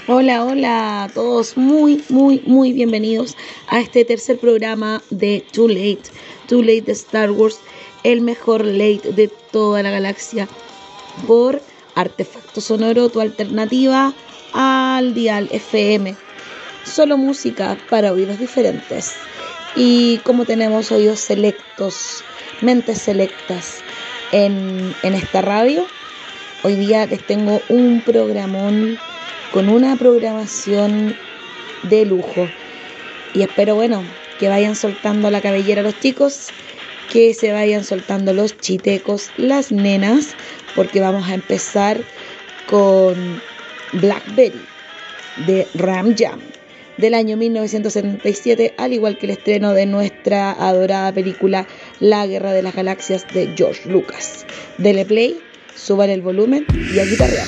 Hola, hola a todos, muy bienvenidos a este tercer programa de Too Late de Star Wars, el mejor late de toda la galaxia, por Artefacto Sonoro, tu alternativa al dial FM. Solo música para oídos diferentes. Y como tenemos oídos selectos, mentes selectas en esta radio, hoy día les tengo un programón con una programación de lujo. Y espero, que vayan soltando la cabellera los chicos, que se vayan soltando los chitecos, las nenas, porque vamos a empezar con Blackberry de Ram Jam del año 1977, al igual que el estreno de nuestra adorada película La Guerra de las Galaxias de George Lucas. Dele play, suban el volumen y a guitarrear.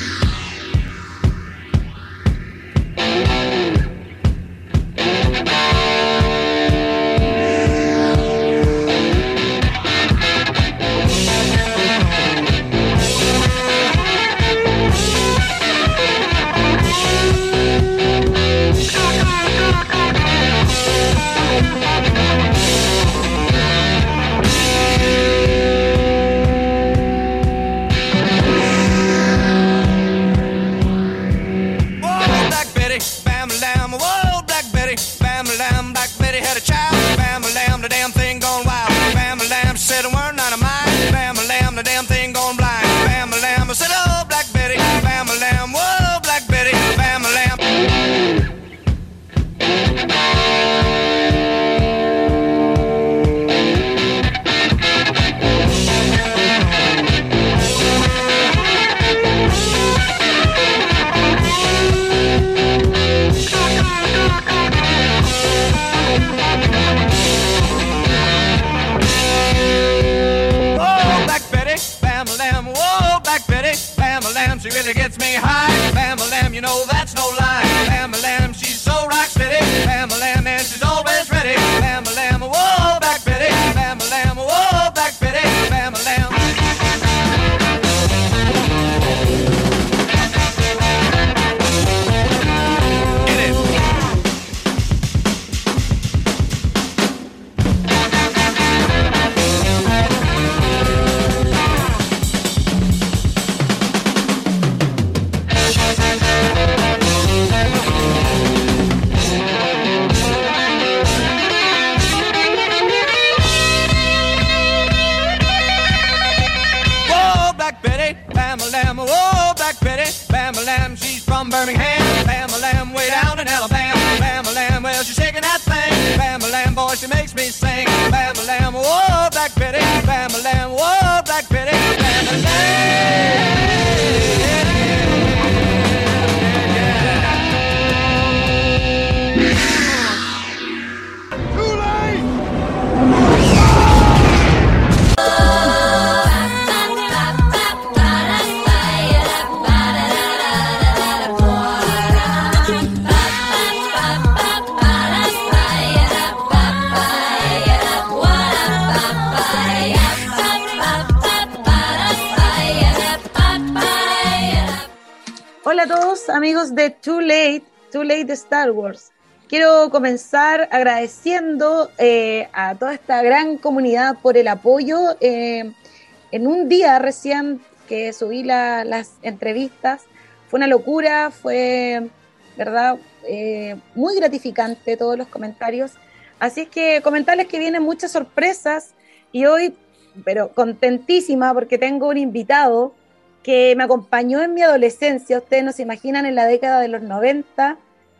Hola a todos, amigos de Too Late de Star Wars. Quiero comenzar agradeciendo a toda esta gran comunidad por el apoyo. En un día recién que subí las entrevistas, fue una locura, fue, ¿verdad? Muy gratificante todos los comentarios. Así que comentarles que vienen muchas sorpresas y hoy, pero contentísima porque tengo un invitado que me acompañó en mi adolescencia. Ustedes no se imaginan, en la década de los 90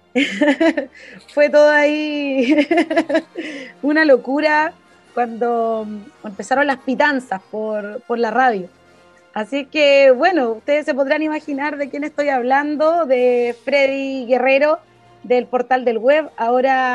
fue todo ahí una locura cuando empezaron las pitanzas por la radio. Así que ustedes se podrán imaginar de quién estoy hablando, de Freddy Guerrero del Portal del Web, ahora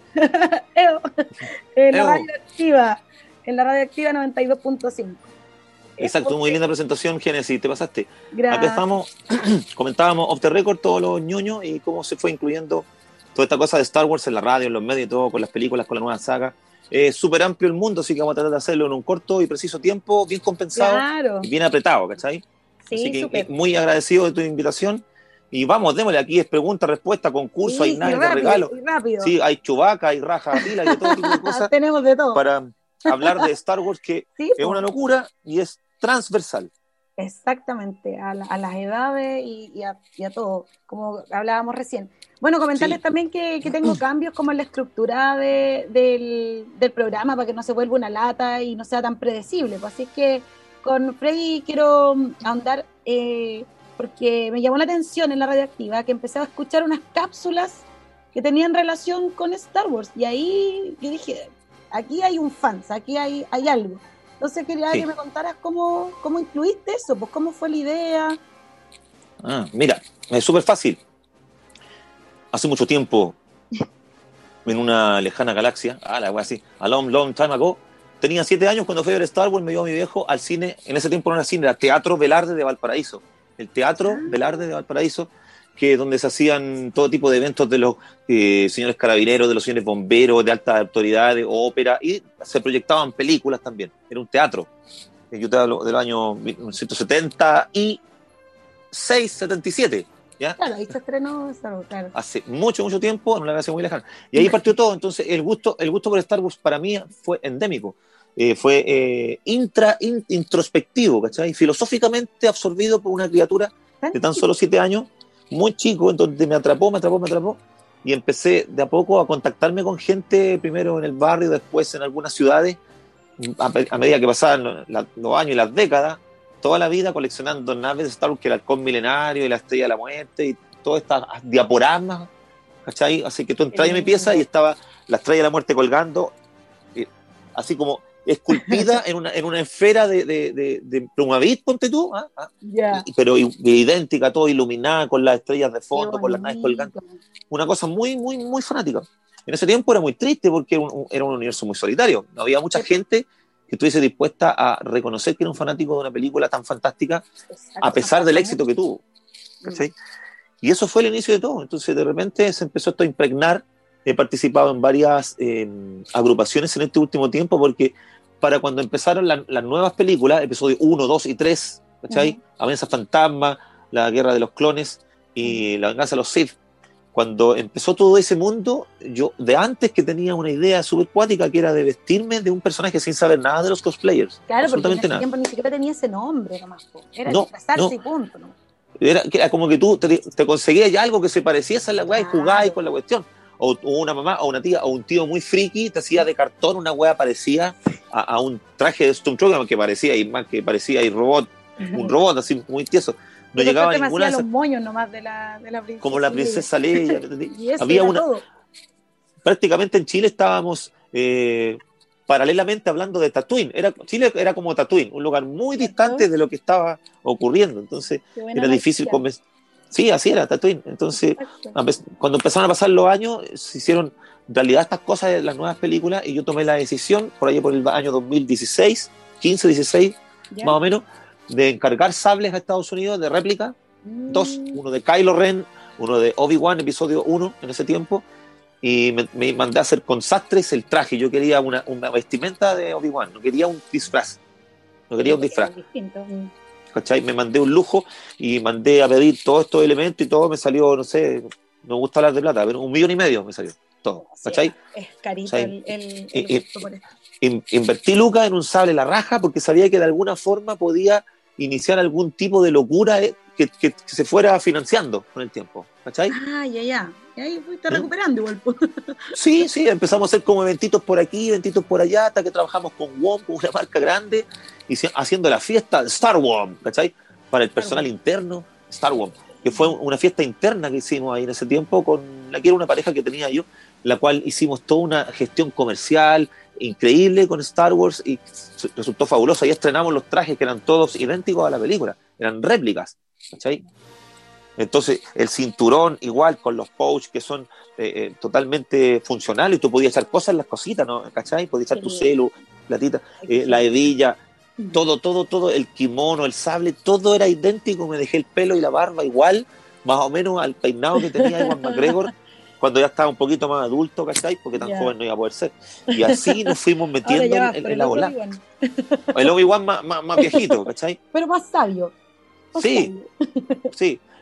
en la radioactiva 92.5. Exacto, muy linda presentación, Génesis, te pasaste. Gracias. Acá estamos, comentábamos off the record todos los ñoños y cómo se fue incluyendo toda esta cosa de Star Wars en la radio, en los medios y todo, con las películas, con la nueva saga. Súper amplio el mundo, así que vamos a tratar de hacerlo en un corto y preciso tiempo, bien compensado. Claro. Y bien apretado, ¿cachai? Sí, así que super. muy agradecido de tu invitación Y vamos, démosle, aquí es pregunta, respuesta, concurso, hay nada de regalo. Rápido. Sí, hay Chewbacca, hay raja pila, hay de todo tipo de cosas. Tenemos de todo. Para hablar de Star Wars, que sí, es una locura y es transversal. Exactamente, a las edades y a todo, como hablábamos recién. Bueno, comentarles también que tengo cambios como en la estructura del programa para que no se vuelva una lata y no sea tan predecible. Pues así es que con Freddy quiero ahondar, porque me llamó la atención en la radioactiva que empecé a escuchar unas cápsulas que tenían relación con Star Wars. Y ahí yo dije, aquí hay un fans, aquí hay algo. Entonces quería que me contaras cómo incluiste eso, pues cómo fue la idea. Mira, es súper fácil. Hace mucho tiempo, en una lejana galaxia, la wea así, a long time ago, tenía 7 años cuando fui a ver Star Wars, me llevó mi viejo al cine. En ese tiempo no era cine, era Teatro Velarde de Valparaíso. El Teatro Velarde de Valparaíso, que es donde se hacían todo tipo de eventos de los señores carabineros, de los señores bomberos, de altas autoridades, ópera, y se proyectaban películas también. Era un teatro. Yo te hablo del año 1976, 77. ¿Ya? Claro, ahí se estrenó Star Wars, claro. Hace mucho tiempo, en una galaxia muy lejana. Y ahí partió todo. Entonces, el gusto por Star Wars para mí fue endémico. Fue introspectivo, ¿cachai? Filosóficamente absorbido por una criatura de tan solo 7 años, muy chico, en donde me atrapó, y empecé de a poco a contactarme con gente, primero en el barrio, después en algunas ciudades, a medida que pasaban los años y las décadas, toda la vida coleccionando naves de Star Wars, que el halcón milenario y la estrella de la muerte y todas estas diaporamas, ¿cachai? Así que tú entras en mi pieza y estaba la estrella de la muerte colgando, así como esculpida en una esfera de Plumavit, ponte tú, pero idéntica, todo iluminada, con las estrellas de fondo, con las naves colgando. Una cosa muy fanática. En ese tiempo era muy triste porque era un universo muy solitario. No había mucha gente que estuviese dispuesta a reconocer que era un fanático de una película tan fantástica, a pesar del éxito que tuvo. ¿Cachai? Y eso fue el inicio de todo. Entonces, de repente se empezó esto a impregnar. He participado en varias agrupaciones en este último tiempo, porque para cuando empezaron las nuevas películas, episodio 1, 2 y 3, ¿cachai? Amenaza Fantasma, La Guerra de los Clones y La Venganza de los Sith, cuando empezó todo ese mundo, yo de antes que tenía una idea súper cuática, que era de vestirme de un personaje sin saber nada de los cosplayers. Claro, porque en ese tiempo ni siquiera tenía ese nombre nomás. Era disfrazarse y punto, ¿no? Era como que tú te conseguías ya algo que se parecía a la weá y jugabas con la cuestión. O una mamá, o una tía, o un tío muy friki te hacía de cartón una weá parecida a un traje de Stormtrooper que parecía y robot, un robot así muy tieso. No llegaba a ninguna de esas. Los moños nomás de la princesa. Como la princesa Leia. Y eso había era una. todo. Prácticamente en Chile estábamos paralelamente hablando de Tatooine. Chile era como Tatooine, un lugar muy distante de lo que estaba ocurriendo. Entonces era difícil convencer. Sí, así era Tatooine. Entonces, cuando empezaron a pasar los años, se hicieron realidad estas cosas de las nuevas películas, y yo tomé la decisión, por allá por el año 2016, 15, 16, más o menos, de encargar sables a Estados Unidos de réplica, 2, uno de Kylo Ren, uno de Obi-Wan, episodio 1 en ese tiempo, y me mandé a hacer con sastres el traje. Yo quería una vestimenta de Obi-Wan, no quería un disfraz, ¿cachai? Me mandé un lujo y mandé a pedir todos estos elementos y todo me salió, no sé, me gusta hablar de plata, pero $1,5 million me salió todo, ¿cachai? Es carito, o sea, invertí lucas en un sable la raja porque sabía que de alguna forma podía iniciar algún tipo de locura que se fuera financiando con el tiempo, ¿cachai? Ya. Y ahí fuiste recuperando igual. Sí, empezamos a hacer como eventitos por aquí, eventitos por allá, hasta que trabajamos con WOM, con una marca grande, y haciendo la fiesta de Star Wars, ¿cachai? Para el personal interno, Star Wars, que fue una fiesta interna que hicimos ahí en ese tiempo, que era una pareja que tenía yo, la cual hicimos toda una gestión comercial increíble con Star Wars, y resultó fabuloso. Ahí estrenamos los trajes que eran todos idénticos a la película, eran réplicas, ¿cachai? Entonces el cinturón igual, con los pouch que son totalmente funcionales, tú podías echar cosas en las cositas, ¿no? ¿Cachai? Podías echar tu celu, platita, la hebilla, todo, el kimono, el sable, todo era idéntico. Me dejé el pelo y la barba igual, más o menos al peinado que tenía Ewan McGregor cuando ya estaba un poquito más adulto, ¿cachai? Porque tan joven no iba a poder ser. Y así nos fuimos metiendo en la bola. El Obi-Wan más viejito, ¿cachai? Pero más sabio. Sí.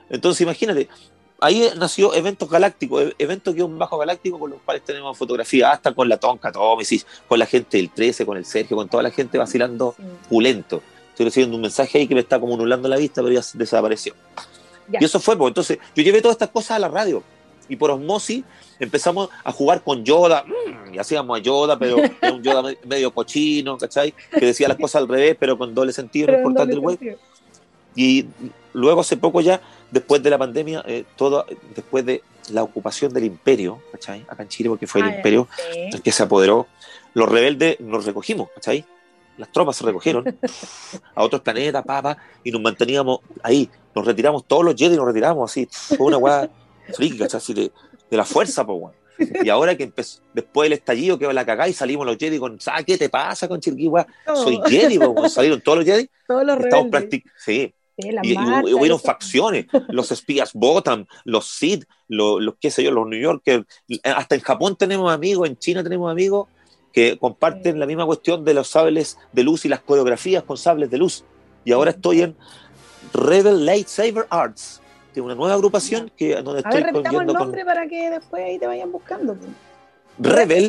Entonces, imagínate, ahí nació Eventos Galácticos, Eventos-Galáctico, con los cuales tenemos fotografía hasta con la Tonka Tomesis, con la gente del 13, con el Sergio, con toda la gente vacilando pulento. Estoy recibiendo un mensaje ahí que me está como nublando la vista, pero ya desapareció. Ya. Y eso fue, pues entonces yo llevé todas estas cosas a la radio y por osmosis empezamos a jugar con Yoda, y hacíamos a Yoda, pero era un Yoda medio cochino, ¿cachai? Que decía las cosas al revés, pero con doble sentido, no importante el güey. Y luego hace poco ya, después de la pandemia, después de la ocupación del imperio, ¿cachai? Acá en Chile, porque fue el imperio el que se apoderó, los rebeldes nos recogimos, ¿cachai? Las tropas se recogieron a otros planetas, y nos manteníamos ahí. Nos retiramos, todos los Jedi nos retiramos así. Fue una weá friki, ¿cachai? Así de la fuerza, pues, weón. Y ahora que empezó, después del estallido, que va la cagada y salimos los Jedi con, ¿qué te pasa con Chirquí, weá? Soy Jedi, pues, salieron todos los Jedi. Todos los rebeldes. Sí. Y hubieron facciones, los espías Botham, los Sith, los qué sé yo, los New Yorkers. Hasta en Japón tenemos amigos, en China tenemos amigos que comparten la misma cuestión de los sables de luz y las coreografías con sables de luz. Y ahora estoy en Rebel Lightsaber Arts, que es una nueva agrupación donde estoy repitamos el nombre para que después ahí te vayan buscando. Rebel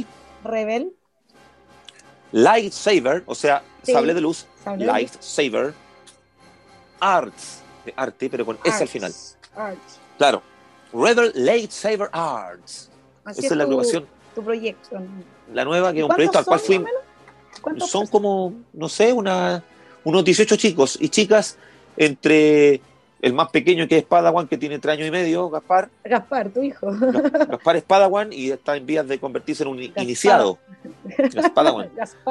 Lightsaber, o sea, sable de luz, Lightsaber Arts, de arte, pero con S al final. Arts. Claro, Rebel Lightsaber Arts. Así esa es la agrupación. Tu proyecto. La nueva, que es un proyecto al cual fui. Son como, no sé, unos 18 chicos y chicas, entre el más pequeño, que es Padawan, que tiene 3 años y medio, Gaspar. Gaspar, tu hijo. Gaspar es Padawan y está en vías de convertirse en un iniciado. Gaspadawan.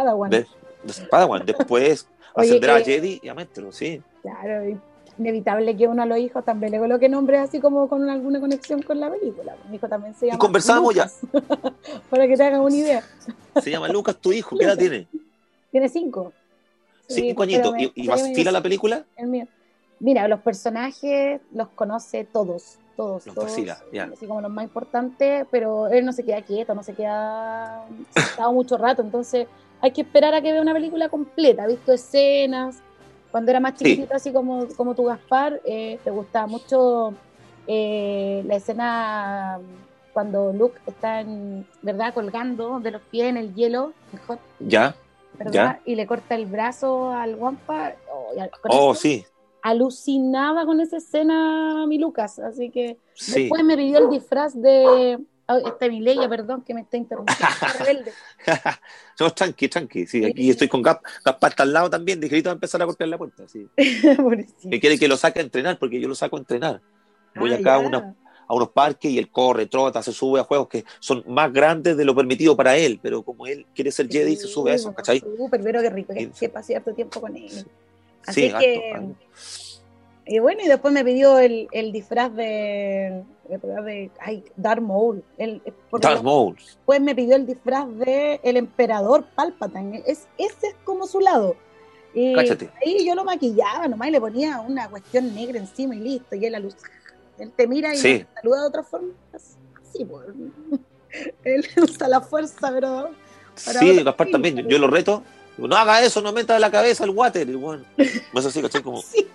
Después ascenderá a Jedi y a Maestro, sí. Claro, inevitable que uno a los hijos también le coloque nombres así como con alguna conexión con la película. Mi hijo también se llama. Y conversamos Lucas, ya. Para que te hagan una idea. Se llama Lucas, tu hijo. ¿Qué edad tiene? Tiene 5. 5 añitos. ¿Y vas fila a la película? El mío. Mira, los personajes los conoce todos. Los vacila, ya. Así como los más importantes, pero él no se queda quieto, no se queda sentado mucho rato. Entonces hay que esperar a que vea una película completa. Ha visto escenas. Cuando era más chiquitito, así como tu Gaspar, te gustaba mucho la escena cuando Luke está, ¿verdad?, colgando de los pies en el hielo. ¿verdad? Y le corta el brazo al Wampa. Sí. Alucinaba con esa escena mi Lucas. Así que después me pidió el disfraz de... Mileia, perdón, que me está interrumpiendo. Rebelde. No, tranqui. Sí, aquí estoy con Gaspar está al lado también. Dije, ahorita va a empezar a golpear la puerta. Sí. Que quiere que lo saque a entrenar, porque yo lo saco a entrenar. Voy acá a unos parques y él corre, trota, se sube a juegos que son más grandes de lo permitido para él, pero como él quiere ser Jedi, se sube a eso, ¿cachai? Súper, pero qué rico, que pasé harto tiempo con él. Así que... Y bueno, y después me pidió el disfraz de Darth Maul. Darth Maul. Después me pidió el disfraz de el emperador Palpatine. Ese es como su lado. Y cáchate. Ahí yo lo maquillaba nomás y le ponía una cuestión negra encima y listo. Y él te mira y me saluda de otra forma. Así, pues. Él usa la fuerza, pero... Sí, Gaspar también. Yo lo reto. No haga eso, no meta la cabeza al water. Y bueno, no es así, ¿cachai? Como... Sí.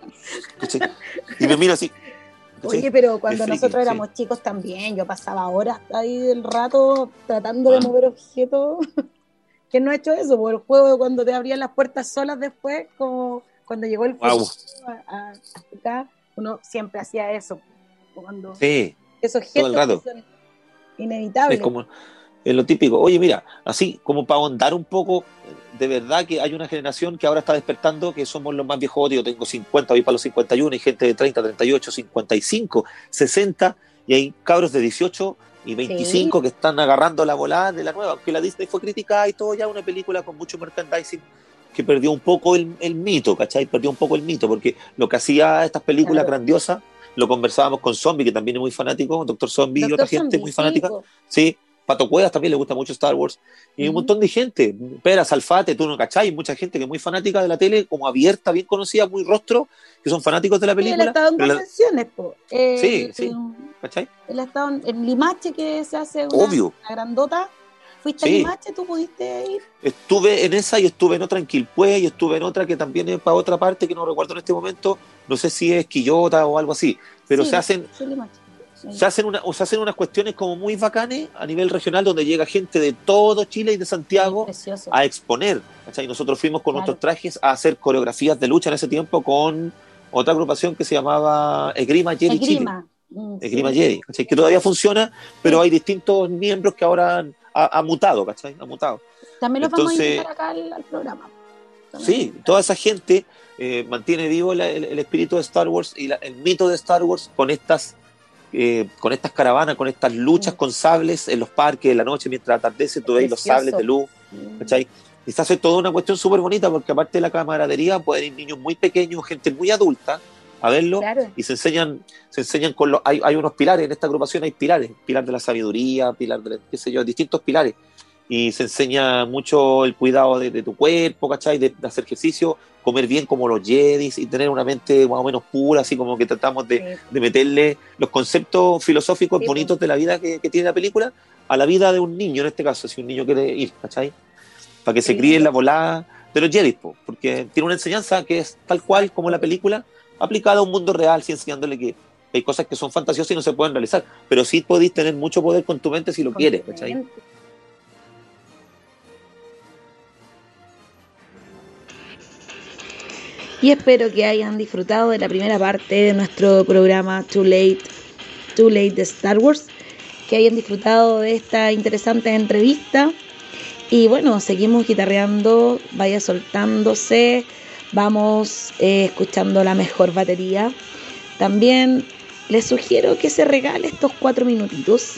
Y me mira así. ¿cachai? Oye, pero cuando nosotros éramos chicos también, yo pasaba horas ahí del rato tratando de mover objetos. ¿Quién no ha hecho eso? Por el juego, cuando te abrían las puertas solas después, como cuando llegó el juego hasta acá, uno siempre hacía eso. Cuando esos gestos son inevitables. Es lo típico. Oye, mira, así como para ahondar un poco, de verdad que hay una generación que ahora está despertando, que somos los más viejos. Yo tengo 50, voy para los 51, hay gente de 30, 38, 55, 60, y hay cabros de 18 y 25 que están agarrando la volada de la nueva. Aunque la Disney fue criticada y todo, ya una película con mucho merchandising que perdió un poco el mito, ¿cachai? Perdió un poco el mito, porque lo que hacía estas películas grandiosas, lo conversábamos con Zombie, que también es muy fanático, Doctor Zombie y otra gente muy fanática. Sí. Pato Cuevas también le gusta mucho Star Wars, y un montón de gente, Pera, Salfate, tú no cachai, mucha gente que es muy fanática de la tele, como abierta, bien conocida, muy rostro, que son fanáticos de la película. Él ha estado en convenciones, sí, ¿cachai? Él ha estado en Limache, que se hace una grandota. ¿Fuiste a Limache? ¿Tú pudiste ir? Estuve en esa y estuve en otra en Quilpué y estuve en otra que también es para otra parte que no recuerdo en este momento, no sé si es Quillota o algo así, pero sí, se hacen se hacen unas cuestiones como muy bacanes a nivel regional, donde llega gente de todo Chile y de Santiago a exponer, ¿cachai? Nosotros fuimos con nuestros trajes a hacer coreografías de lucha en ese tiempo con otra agrupación que se llamaba Esgrima Jedi Chile. Esgrima Jedi, ¿cachai? Que todavía funciona, pero hay distintos miembros que ahora ha mutado, ¿cachai? Ha mutado. También los vamos a invitar acá al programa. Sí, toda esa gente mantiene vivo el espíritu de Star Wars y el mito de Star Wars con estas caravanas, con estas luchas con sables en los parques de la noche mientras atardece, tú ves los sables de luz, ¿cachai? Y se hace toda una cuestión súper bonita, porque aparte de la camaradería pueden ir niños muy pequeños, gente muy adulta a verlo, y se enseñan con hay unos pilares, en esta agrupación hay pilares, pilar de la sabiduría, pilar de qué sé yo, distintos pilares, y se enseña mucho el cuidado de tu cuerpo, ¿cachai? De hacer ejercicio, comer bien como los Jedis y tener una mente más o menos pura, así como que tratamos de meterle los conceptos filosóficos bonitos de la vida que tiene la película a la vida de un niño, en este caso, si un niño quiere ir, ¿cachai? Para que se críe en la volada de los Jedis, porque tiene una enseñanza que es tal cual como la película, aplicada a un mundo real, sí, enseñándole que hay cosas que son fantasiosas y no se pueden realizar, pero sí podéis tener mucho poder con tu mente si lo quieres, ¿cachai? Y espero que hayan disfrutado de la primera parte de nuestro programa Too Late de Star Wars, que hayan disfrutado de esta interesante entrevista. Y bueno, seguimos guitarreando, vaya soltándose, vamos escuchando la mejor batería. También les sugiero que se regale estos 4 minutitos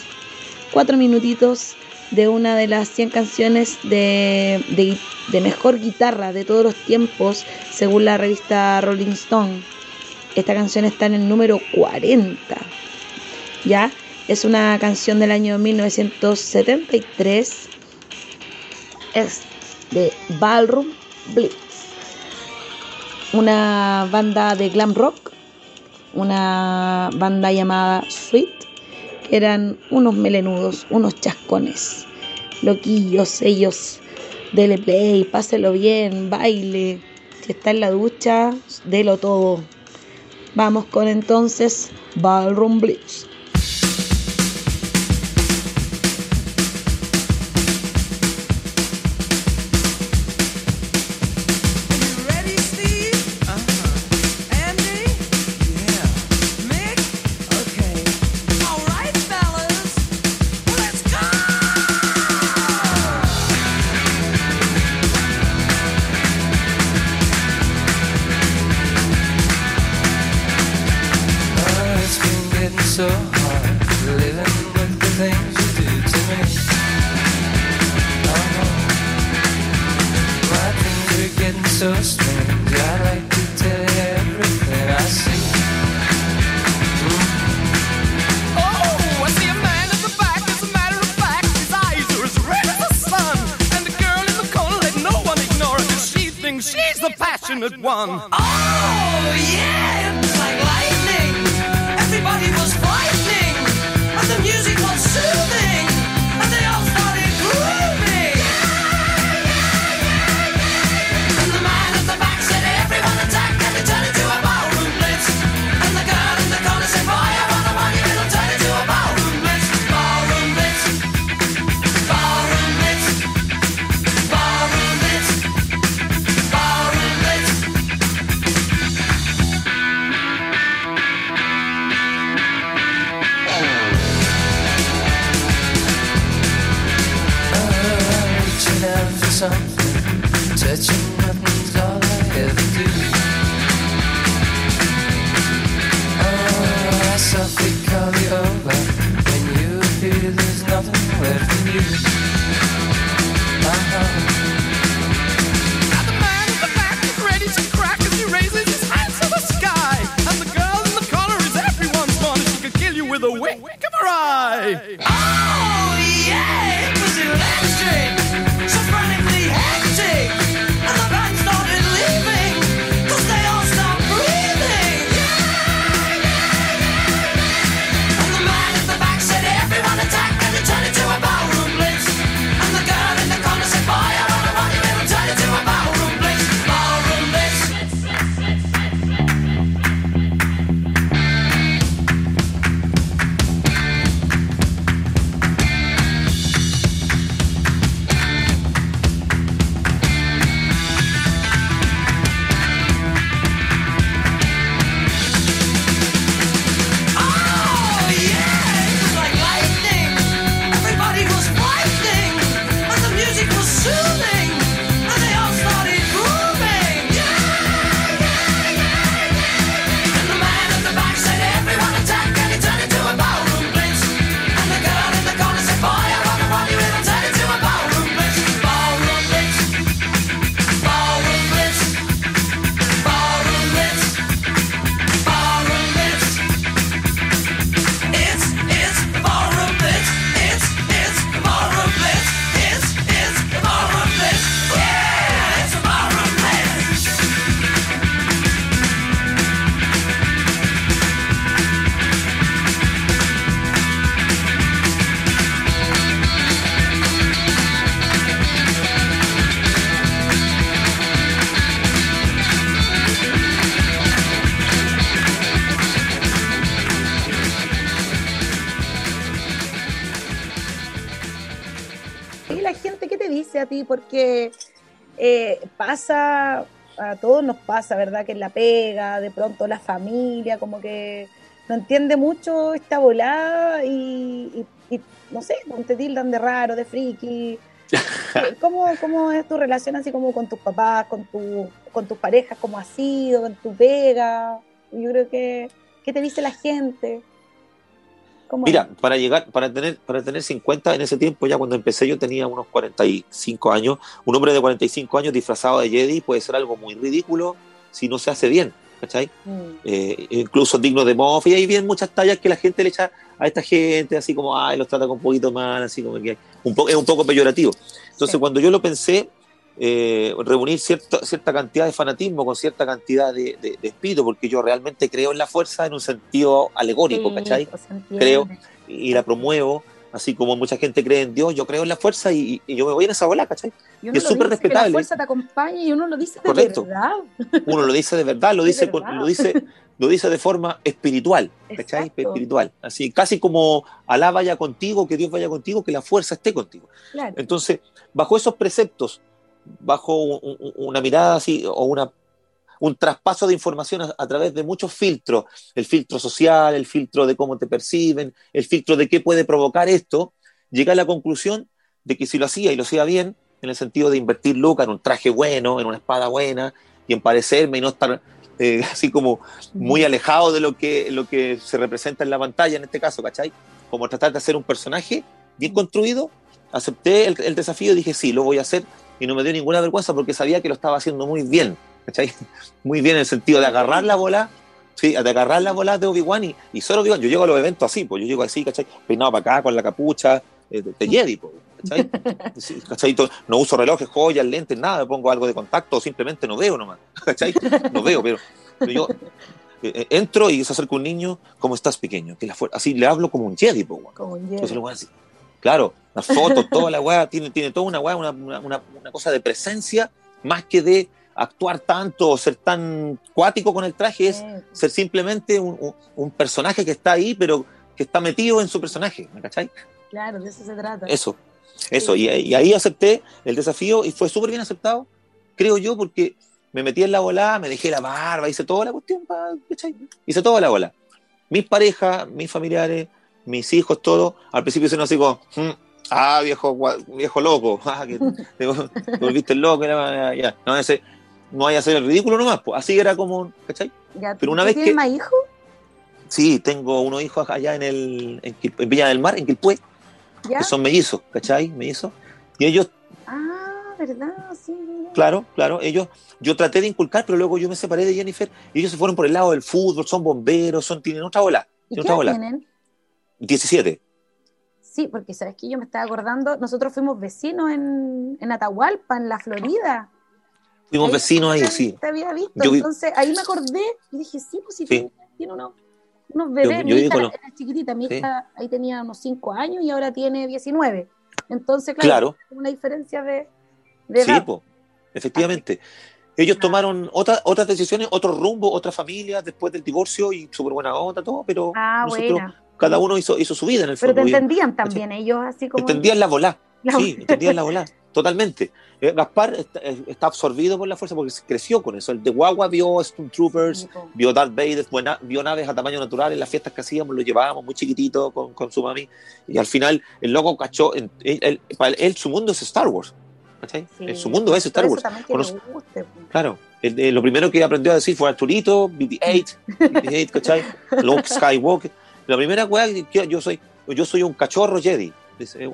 de una de las 100 canciones de mejor guitarra de todos los tiempos, según la revista Rolling Stone. Esta canción está en el número 40, ¿ya? Es una canción del año 1973, es de Ballroom Blitz, una banda de glam rock, una banda llamada Sweet, que eran unos melenudos, unos chascones, loquillos ellos. Dele play, páselo bien, baile, si está en la ducha, delo todo. Vamos con entonces Ballroom Blitz. So hard living with the things you do to me. My things are getting so strange. I'd like to tell you everything I see. Oh, I see a man in the back. As a matter of fact, his eyes are as red as the sun. And the girl in the corner, let no one ignore her, 'cause she thinks she's the passionate one. Oh, yeah, it's like lightning. Everybody was frightening, and the music was soothing, and they all started grooving. And the man at the back said, everyone attack, and it turned into a ballroom blitz. And the girl in the corner said, boy, I wanna run you, it'll turn into a ballroom blitz. Ballroom blitz, ballroom blitz, ballroom blitz, ballroom blitz. Reaching out for something, touching nothing's all I ever do. Oh, I softly call you over, when you appear there's nothing left in you. Now the man in the back is ready to crack as he raises his hands to the sky. And the girl in the corner is everyone's fun, and she could kill you with a wink of her eye. Oh, yeah, it was electric, so frantically hectic. And the band started leaving, 'cause they all stopped breathing. And the man at the back said, everyone attack, and it turned into a ballroom blitz. And the girl in the corner said, boy, I wanna run you, it'll turn into a ballroom blitz. Ballroom blitz. te dice a ti? Porque pasa, a todos nos pasa, ¿verdad? Que en la pega, de pronto la familia, como que no entiende mucho esta volada y no sé, te tildan de raro, de friki. ¿Cómo es tu relación así como con tus papás, con tus parejas, cómo ha sido, con tu pega? Yo creo que, ¿qué te dice la gente? ¿Cómo Mira, es? para tener 50 en ese tiempo, ya cuando empecé yo tenía unos 45 años. Un hombre de 45 años disfrazado de Jedi puede ser algo muy ridículo si no se hace bien, ¿cachai? Incluso digno de mofa, y hay bien muchas tallas que la gente le echa a esta gente, así como, ay, los trata con un poquito mal, así como que es un poco peyorativo. Entonces, Sí. cuando yo lo pensé, reunir cierta cantidad de fanatismo con cierta cantidad de espíritu, porque yo realmente creo en la fuerza en un sentido alegórico, Sí, ¿cachai? pues se Creo entiende. y la promuevo, así como mucha gente cree en Dios, yo creo en la fuerza y yo me voy en esa bola, ¿cachai? Y Y uno es lo súper dice, que la respetable, fuerza te acompaña y uno lo dice de correcto. verdad. Uno lo dice de verdad, De verdad. lo dice de forma espiritual, ¿cachai? Exacto. Espiritual. Así, casi como Alá vaya contigo, que Dios vaya contigo, que la fuerza esté contigo. Claro. Entonces, bajo esos preceptos, bajo una mirada así, o un traspaso de información a través de muchos filtros, el filtro social, el filtro de cómo te perciben, el filtro de qué puede provocar esto, llegué a la conclusión de que si lo hacía y lo hacía bien, en el sentido de invertir lucas en un traje bueno, en una espada buena, y en parecerme y no estar así como muy alejado de lo que se representa en la pantalla, en este caso, ¿cachai? Como tratar de hacer un personaje bien construido, acepté el desafío y dije, sí, lo voy a hacer, y no me dio ninguna vergüenza porque sabía que lo estaba haciendo muy bien, ¿cachai? Muy bien en el sentido de Qué agarrar la bueno. bola, sí, de agarrar la bola de Obi-Wan y solo Obi-Wan. Yo llego a los eventos así, pues yo llego así, ¿cachai? Peinado para acá con la capucha de Jedi, pues, ¿cachai? Sí, ¿cachai? No uso relojes, joyas, lentes, nada, me pongo algo de contacto, simplemente no veo nomás, ¿cachai? No veo, pero yo entro y se acerca un niño, ¿cómo estás, pequeño? Así le hablo como un Jedi, pues, Como un entonces Jedi. lo voy a decir. Claro, las fotos, toda la weá, tiene toda una weá, una cosa de presencia, más que de actuar tanto o ser tan cuático con el traje, es ser simplemente un personaje que está ahí, pero que está metido en su personaje, ¿me cachai? Claro, de eso se trata. Eso, Sí. y ahí acepté el desafío y fue súper bien aceptado, creo yo, porque me metí en la bola, me dejé la barba, hice toda la cuestión, ¿cachai? Hice toda la bola. Mis parejas, mis familiares, mis hijos, todo, al principio se nos así como, viejo loco, que te volviste loco, ya. No vaya a ser el ridículo nomás, pues así era como, ¿cachai? Ya, Pero una ¿tú vez tienes que, más hijos? sí, tengo unos hijos allá en Viña del Mar, en Quilpué, que ¿Ya? son mellizos, ¿cachai? Mellizos. Y ellos, Ah, ¿verdad? Sí, verdad. claro, yo traté de inculcar, pero luego yo me separé de Jennifer y ellos se fueron por el lado del fútbol, son bomberos, tienen otra bola, ¿Y tienen qué otra edad bola. tienen? 17. Sí, porque sabes que yo me estaba acordando, nosotros fuimos vecinos en Atahualpa, en la Florida. Fuimos Ahí vecinos ahí, sí. te había visto, Yo vi, entonces ahí me acordé y dije, sí, pues sí, sí, tiene unos bebés. yo Mi vi hija con era chiquitita, mi sí, hija ahí tenía unos 5 años y ahora tiene 19. Entonces, claro, claro, una diferencia de sí, edad. pues, Así efectivamente. Ellos que, tomaron otras decisiones, otro rumbo, otra familia después del divorcio y súper buena onda, todo, pero nosotros, buena. cada uno hizo su vida en el Pero te fondo. entendían ¿Cachai? también ellos, así como Entendían la volá, la- sí, entendían la volá, totalmente. Gaspar está absorbido por la fuerza porque creció con eso. El de Guagua vio Stormtroopers, Sí, po. vio Darth Vader, vio naves a tamaño natural en las fiestas que hacíamos, lo llevábamos muy chiquitito con su mami. Y al final el loco cachó, para él su mundo es Star Wars. ¿Cachai? Su Sí, mundo es por Star eso Wars. también que le guste, po. Claro, lo primero que aprendió a decir fue Arturito, BB-8, ¿cachai? Luke Skywalker. La primera weá que yo soy un cachorro Jedi. Dice,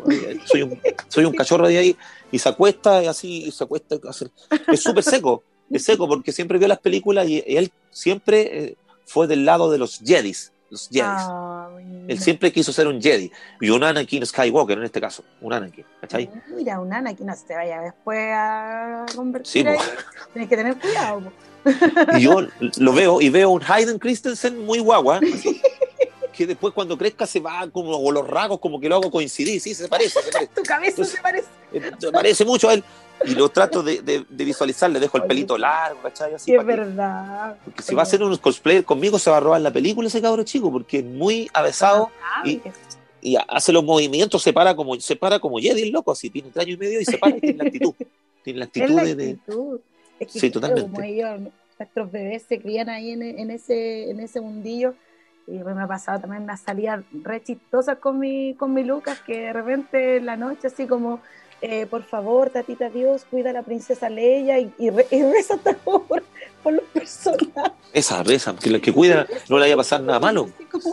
soy un cachorro de ahí y se acuesta así, y se acuesta. Es súper seco, es seco porque siempre vio las películas y él siempre fue del lado de los Jedis, los Jedis. Él Mira. siempre quiso ser un Jedi y un Anakin Skywalker en este caso, un Anakin, ¿cachai? Mira, un Ana que no se te vaya después a Sí, convertir po. ahí. Tienes que tener cuidado, po. Y yo lo veo y veo un Hayden Christensen muy guagua, así, que después cuando crezca se va como o los rasgos como que lo hago coincidir, sí, se parece. Tu cabeza Entonces, se parece. se parece mucho a él y lo trato de visualizar, le dejo el Oye, pelito sí. largo, ¿cachai? Así Sí, es para que, verdad. porque si va a hacer unos cosplay conmigo se va a robar la película ese cabro chico porque es muy avesado y, Notable. y hace los movimientos, se para como Jedi, el loco, así tiene 3 años y medio y se para y tiene la actitud. Tiene la Es actitud la de. actitud. Es que Sí, claro, totalmente. como ellos, nuestros bebés se crían ahí en ese mundillo. Y me ha pasado también una salida re chistosa con mi Lucas, que de repente en la noche así como, por favor, tatita Dios, cuida a la princesa Leia y reza hasta como por los personajes. Esa, que la que cuida no le vaya a pasar nada malo. Así como,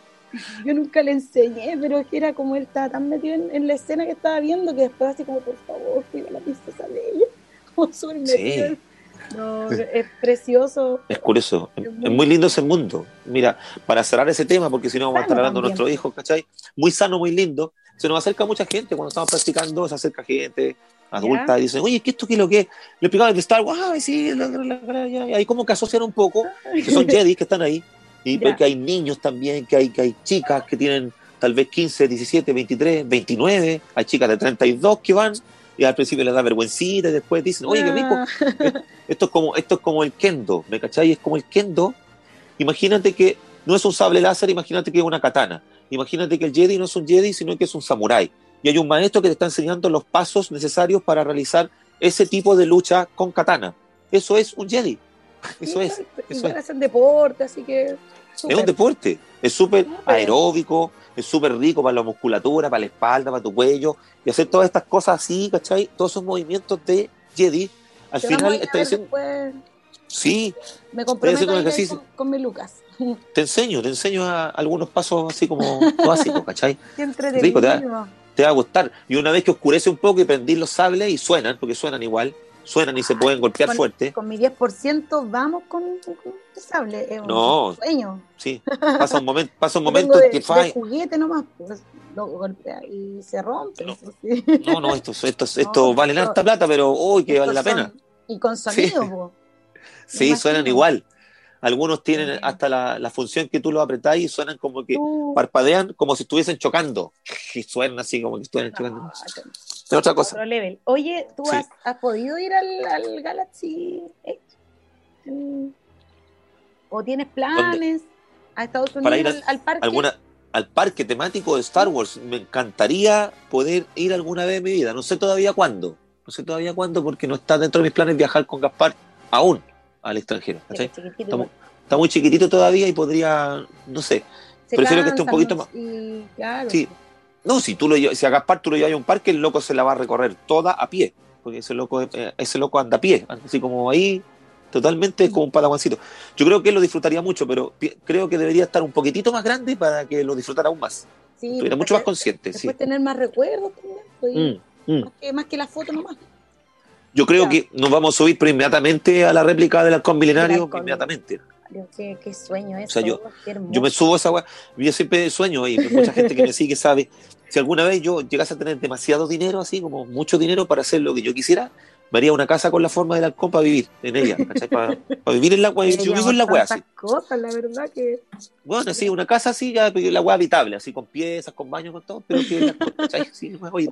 yo nunca le enseñé, pero es que era como él estaba tan metido en la escena que estaba viendo que después así como, por favor, cuida a la princesa Leia. Como súper metido. Sí. No, es precioso. Es curioso, Es es muy lindo ese mundo. Mira, para cerrar ese tema, porque si no vamos a estar sano hablando de también. nuestros hijos, ¿cachai? Muy sano, muy lindo. Se nos acerca mucha gente cuando estamos practicando, se acerca gente adulta ¿Ya? y dicen, oye, ¿qué es lo que es? Le explicaba de Star Wars, ay, sí, y ahí como que asocian un poco, que son Jedi que están ahí, y Ya. que hay niños también, que hay chicas que tienen tal vez 15, 17, 23, 29, hay chicas de 32 que van, y al principio les da vergüencita, y después dicen, oye, qué rico, Ah, esto es como el kendo, ¿me cachai? Es como el kendo. Imagínate que no es un sable láser, imagínate que es una katana. Imagínate que el Jedi no es un Jedi, sino que es un samurái. Y hay un maestro que te está enseñando los pasos necesarios para realizar ese tipo de lucha con katana. Eso es un Jedi. sí, Eso es. exacto. Eso Igual es. hacen deporte, así que Es un súper. deporte. Es súper Súper. aeróbico, es súper rico para la musculatura, para la espalda, para tu cuello. Y hacer todas estas cosas así, ¿cachai? Todos esos movimientos de Jedi. Al Te vamos a final ir a está ver diciendo, después. sí, Me estoy comprometo haciendo a un ir ahí ejercicio. con mi Lucas. Te enseño algunos pasos así como básicos, ¿cachai? Qué Rico, entretenido. te va a gustar. Y una vez que oscurece un poco y prendís los sables y suenan, porque suenan igual, suenan y se pueden golpear fuerte. Con mi 10% vamos con el sable. Es un No, sueño. sí, pasa un Lo tengo momento en que de falla. juguete nomás, pues lo golpea y se rompe. No, Pues, sí. no, No, esto valen harta plata, pero uy, que vale estos la pena. son. Y con Sí, sonido, po, me sí, suenan imagino. igual. Algunos tienen Eh, hasta la función que tú lo apretás y suenan como que tú. parpadean como si estuviesen chocando. Y suenan así como que estuvieran chocando. No, Es otra cosa. otro level. Oye, ¿tú Sí. has podido ir al Galaxy Edge? Mm, ¿O tienes ¿Dónde? planes a Estados Para ir Unidos, al parque? al parque temático de Star Wars. Me encantaría poder ir alguna vez en mi vida. No sé todavía cuándo. No sé todavía cuándo porque no está dentro de mis planes viajar con Gaspar aún al extranjero. Sí, ¿Cachai? pues, chiquitito Está, igual. está muy chiquitito todavía y podría, no sé, Se prefiero que esté un cansan poquito más. y claro. Sí, no, si a Gaspar tú lo llevas a un parque, el loco se la va a recorrer toda a pie, porque ese loco anda a pie, anda así como ahí, totalmente es como un padawancito. Yo creo que él lo disfrutaría mucho, pero creo que debería estar un poquitito más grande para que lo disfrutara aún más. Sí, Estuviera mucho más consciente, sí. después tener más recuerdos también, pues, Mm. más que la foto nomás. Yo creo Ya. que nos vamos a subir pero inmediatamente a la réplica del halcón milenario, halcón inmediatamente. Qué sueño eso, O sea, qué hermoso. yo me subo a esa weá. Yo siempre sueño, y mucha gente que me sigue sabe, si alguna vez yo llegase a tener demasiado dinero, así como mucho dinero para hacer lo que yo quisiera, me haría una casa con la forma del halcón para vivir en ella, ¿cachai? Para vivir en la weá. Yo vivo en la weá, así. Tantas cosas, la verdad que Bueno, sí, una casa así, ya la weá habitable, así con piezas, con baños, con todo, pero que el halcón, ¿cachai? Sí, oye,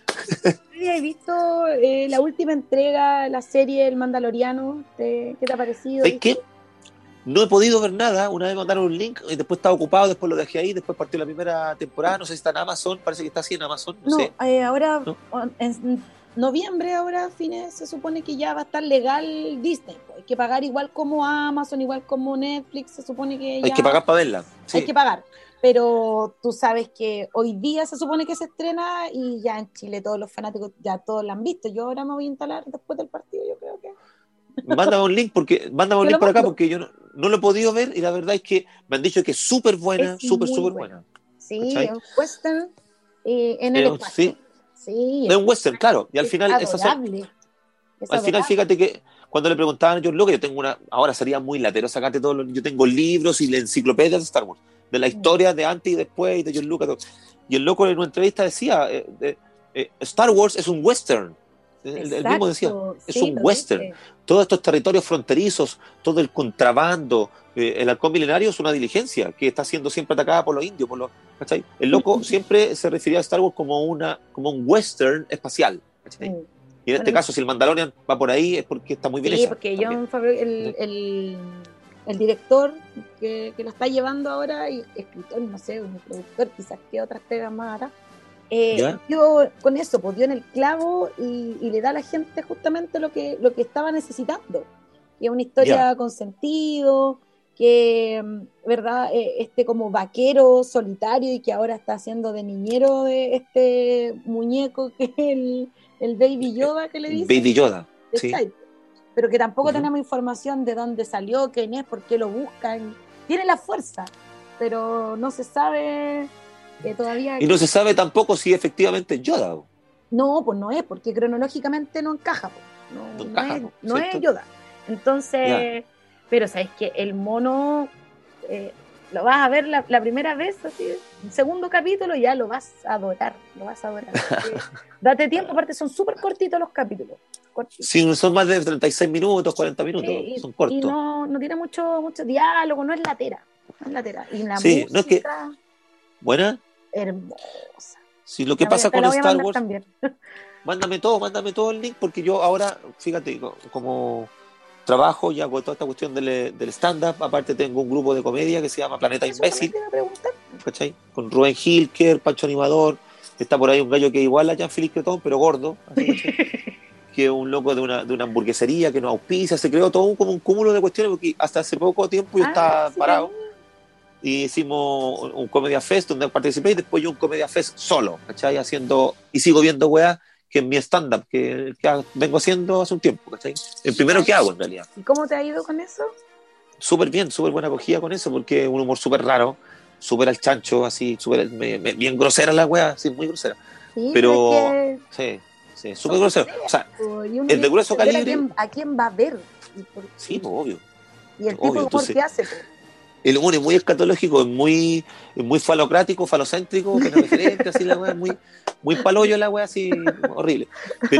¿has visto la última entrega, la serie El Mandaloriano? ¿Qué te ha parecido? ¿sabes qué? No he podido ver nada. Una vez me mandaron un link y después estaba ocupado, después lo dejé ahí, después partió la primera temporada. No sé si está en Amazon, parece que está así en Amazon, no sé. Ahora ¿No? en noviembre, ahora fines, se supone que ya va a estar legal Disney. Pues. Hay que pagar igual como Amazon, igual como Netflix, se supone que ya Hay que pagar para verla. Sí. hay que pagar. Pero tú sabes que hoy día se supone que se estrena y ya en Chile todos los fanáticos ya todos la han visto. Yo ahora me voy a instalar después del partido, yo creo que. Mándame un link Te lo por acá mando. porque yo no lo he podido ver y la verdad es que me han dicho que es súper buena, Es súper muy buena. Sí, ¿Cachai? un western en el espacio. Sí, Sí, es un western, claro. Y al es final adorable. Es al final adorable. fíjate que cuando le preguntaban a George Lucas, yo tengo ahora sería muy latero sacarte todo, yo tengo libros y la enciclopedia de Star Wars, de la historia de antes y después de George Lucas. Todo. Y el loco en una entrevista decía, Star Wars es un western. El mismo decía, es sí, un lo western. dice. Todos estos territorios fronterizos, todo el contrabando, el halcón milenario es una diligencia que está siendo siempre atacada por los indios, ¿cachai? El loco siempre se refería a Star Wars como un western espacial, ¿cachai? Y en este caso, si el Mandalorian va por ahí, es porque está muy bien Sí, hecha. porque También. Jon Favreau, el el director que lo está llevando ahora, y escritor, no sé, un productor, quizás que otras pegas más hará, ¿Ya? dio con eso, pues dio en el clavo y le da a la gente justamente lo que estaba necesitando, que es una historia Ya. con sentido, que, ¿verdad? Este como vaquero solitario y que ahora está haciendo de niñero de este muñeco que es el Baby Yoda que le dicen, Baby Yoda, de sí. Chai, pero que tampoco Ujú. tenemos información de dónde salió, quién es, por qué lo buscan. Tiene la fuerza, pero no se sabe todavía. Y no se sabe tampoco si efectivamente es Yoda, po. No, pues no es, porque cronológicamente no encaja, pues. No No, encaja, po, no es ¿cierto? Yoda. Ya. Entonces, pero sabes que el mono lo vas a ver la primera vez, así, el segundo capítulo, ya lo vas a adorar, lo vas a adorar. Date tiempo, aparte son súper cortitos los capítulos. Cortitos. Sí, son más de 36 minutos, 40 minutos, Y son cortos. no tiene mucho diálogo, no es latera. No es latera. Y la Sí, no es que, música, buena, hermosa. si lo que pasa Te con la voy a Star mandar Wars, también. mándame todo el link, porque yo ahora, fíjate, como trabajo y hago toda esta cuestión del stand-up, aparte tengo un grupo de comedia que se llama Planeta Eso también Imbécil, te iba a preguntar. ¿cachai? Con Rubén Hilker, Pancho Animador, está por ahí un gallo que es igual a Jean-Philippe Cretón, pero gordo, así, ¿cachai? Que es un loco de una hamburguesería que nos auspicia, se creó todo como un cúmulo de cuestiones, porque hasta hace poco tiempo yo Ah, estaba sí, tenía. parado y hicimos un Comedia Fest donde participé y después yo un Comedia Fest solo, ¿cachai? Haciendo, y sigo viendo weas que es mi stand-up, que vengo haciendo hace un tiempo, ¿cachai? El primero que hago en realidad. ¿Y cómo te ha ido con eso? Súper bien, súper buena acogida con eso, porque es un humor súper raro, súper al chancho, así, súper, bien grosera la wea, así, muy grosera. Sí, pero es Pero, que sí, súper son grosero. O sea, consejos y uno es de tiene que grueso entender calibre. a quién va a ver Sí, pues obvio, y el tipo obvio. de humor Entonces, que hace. Pues. el humor es muy escatológico, es muy falocrático, falocéntrico, pene referente, así la wea, muy paloyo la wea, así, horrible.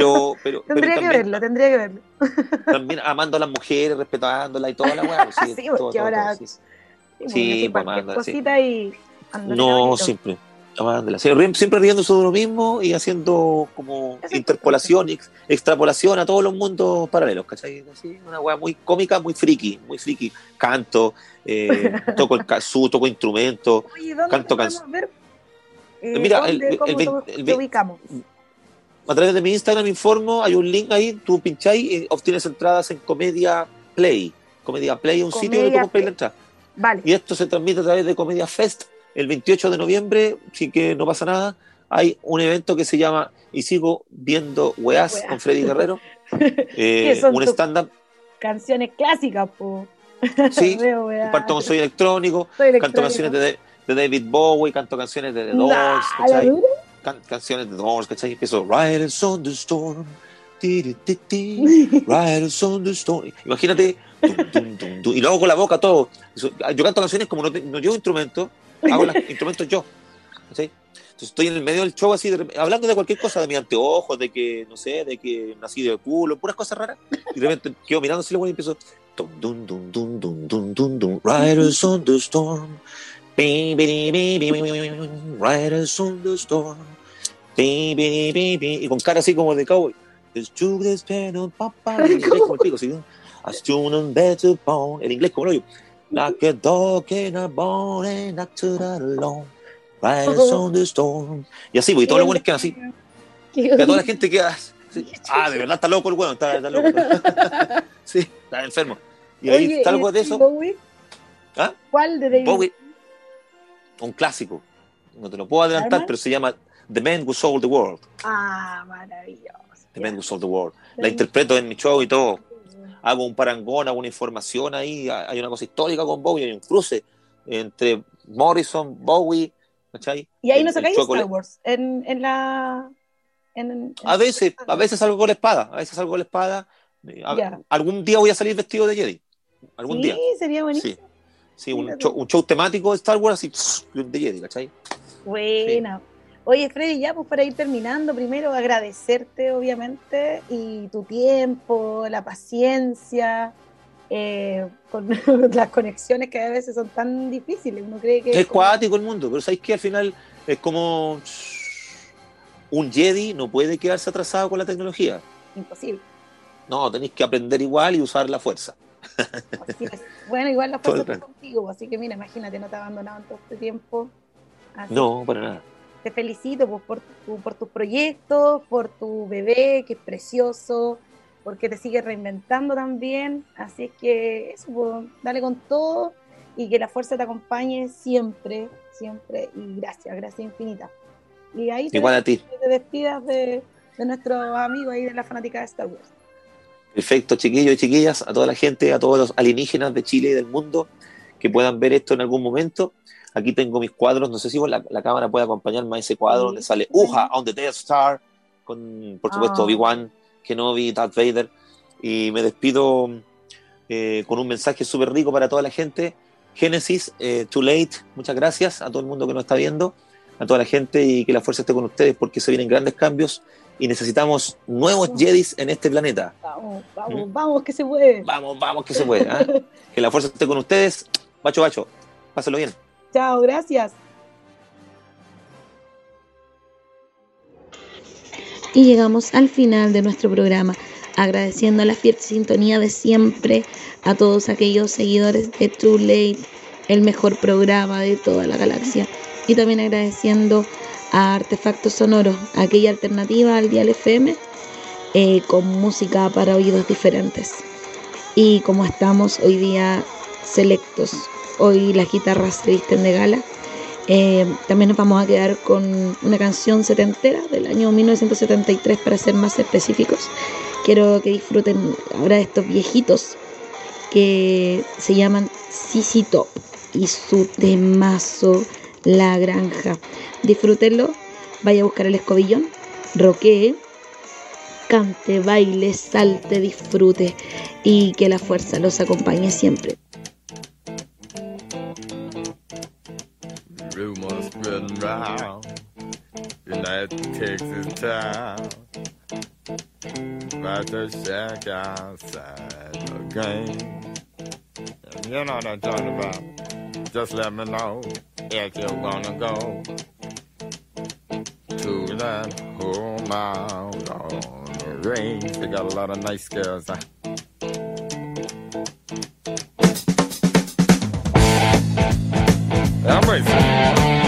Pero también, Tendría que verlo. también amando a las mujeres, respetándolas y toda la wea, pues, sí, Sí, todo, porque todo, todo, ahora sí. sí, pueden Sí, decir pues cualquier amándola, sí. cosita y andan en No bonito. siempre. Amándola. Sí, siempre riéndose de uno mismo y haciendo como Eso es importante. interpolación, extrapolación a todos los mundos paralelos, ¿cachai? Así, una wea muy cómica, muy friki, canto, toco toco instrumentos, Oye, ¿dónde te canto canciones. podemos ver? Mira, ¿Cómo te ubicamos? a través de mi Instagram informo, hay un link ahí, tú pincháis y obtienes entradas en Comedia Play. Comedia Play es un sitio donde tú Comedia compras la Play. entrada. Vale. Y esto se transmite a través de Comedia Fest el 28 de noviembre, así que no pasa nada. Hay un evento que se llama Y sigo viendo weás Weá. con Freddy Guerrero, Que son un tus stand-up, canciones clásicas, po. sí, Veo, weá. comparto con Soy Electrónico, Soy canto canciones electrónico. de David Bowie, canto canciones de The Nah, Doors, ¿la ¿cachai? dura? Canciones de The Doors, ¿cachai? Empiezo, Riders on the Storm, Riders on the Storm. Imagínate, y luego con la boca todo. Yo canto canciones como no llevo instrumentos, hago los instrumentos yo, ¿cachai? Entonces estoy en el medio del show así, hablando de cualquier cosa, de mis anteojos, de que, no sé, de que nací de culo, puras cosas raras, y de repente quedo mirando así y empiezo, Riders on the Storm, Riders on the Storm, y con cara así como de cowboy. En inglés como el pico, ¿sí? A student better bone. En inglés como el hoyo. Like a dog in a bone and not to that alone. Riders on the Storm. Y así, pues, y todos los buenos quedan así. Que a toda la gente queda así. Ah, de verdad está loco el weón, está loco. Sí, está enfermo. Y ahí Oye, salgo de eso. Bowie? ¿Ah? ¿Cuál de David Bowie, un clásico. No te lo puedo adelantar, Starman? pero se llama The Man Who Sold the World. Ah, maravilloso. The Man Who Sold the World. La interpreto en mi show y todo. Hago un parangón, hago una información ahí. Hay una cosa histórica con Bowie, hay un cruce entre Morrison, Bowie, ¿cachai? Y ahí no sacáis Chueco Star Wars en la... a veces salgo con la espada, Ya. Algún día voy a salir vestido de Jedi. Algún Sí, día. sería buenísimo. Sí. Sí, un Mira show, tú. un show temático de Star Wars así, de Jedi, ¿cachai? Buena. Oye, Freddy, ya pues para ir terminando, primero agradecerte, obviamente, y tu tiempo, la paciencia, con las conexiones que a veces son tan difíciles. Uno cree que Es es como cuático el mundo, pero ¿sabes qué? Al final es como un Jedi no puede quedarse atrasado con la tecnología. imposible. No, tenéis que aprender igual y usar la fuerza. Así es. Bueno, igual la Todo fuerza el está rato. contigo, así que mira, imagínate, no te abandonaban todo este tiempo. Así No, para nada. te felicito pues, por tus proyectos, por tu bebé, que es precioso, porque te sigues reinventando también. Así es que eso, pues, dale con todo y que la fuerza te acompañe siempre, siempre. Y gracias infinitas. Y ahí te Igual dejo a ti. que te despidas de nuestros amigos ahí de la fanática de Star Wars. Perfecto, chiquillos y chiquillas, a toda la gente, a todos los alienígenas de Chile y del mundo que puedan ver esto en algún momento. Aquí tengo mis cuadros, no sé si la cámara puede acompañarme a ese cuadro donde Sí, sale bueno. Uja on the Death Star, con por supuesto Ah, Obi-Wan, Kenobi, Darth Vader. Y me despido con un mensaje súper rico para toda la gente. Génesis, Too Late, muchas gracias a todo el mundo que nos está viendo, a toda la gente, y que la fuerza esté con ustedes porque se vienen grandes cambios y necesitamos nuevos Jedis en este planeta. vamos, que se puede. Vamos, que se puede. ¿Ah? Que la fuerza esté con ustedes. Bacho, bacho. Pásenlo bien. Chao, gracias. Y llegamos al final de nuestro programa, agradeciendo la fiel sintonía de siempre a todos aquellos seguidores de Too Late, el mejor programa de toda la galaxia. Y también agradeciendo a Artefactos Sonoros, aquella alternativa al dial FM, con música para oídos diferentes. Y como estamos hoy día selectos, hoy las guitarras se visten de gala, también nos vamos a quedar con una canción setentera del año 1973 para ser más específicos. Quiero que disfruten ahora de estos viejitos que se llaman ZZ Top y su temazo La Granja. Disfrútenlo, vaya a buscar el escobillón, roquee, cante, baile, salte, disfrute y que la fuerza los acompañe siempre. Rumors spreading round United Texas town about the shack outside the game. And you know what I'm talking about. Just let me know if you're gonna go to that home out on the range. They got a lot of nice girls. I'm racing.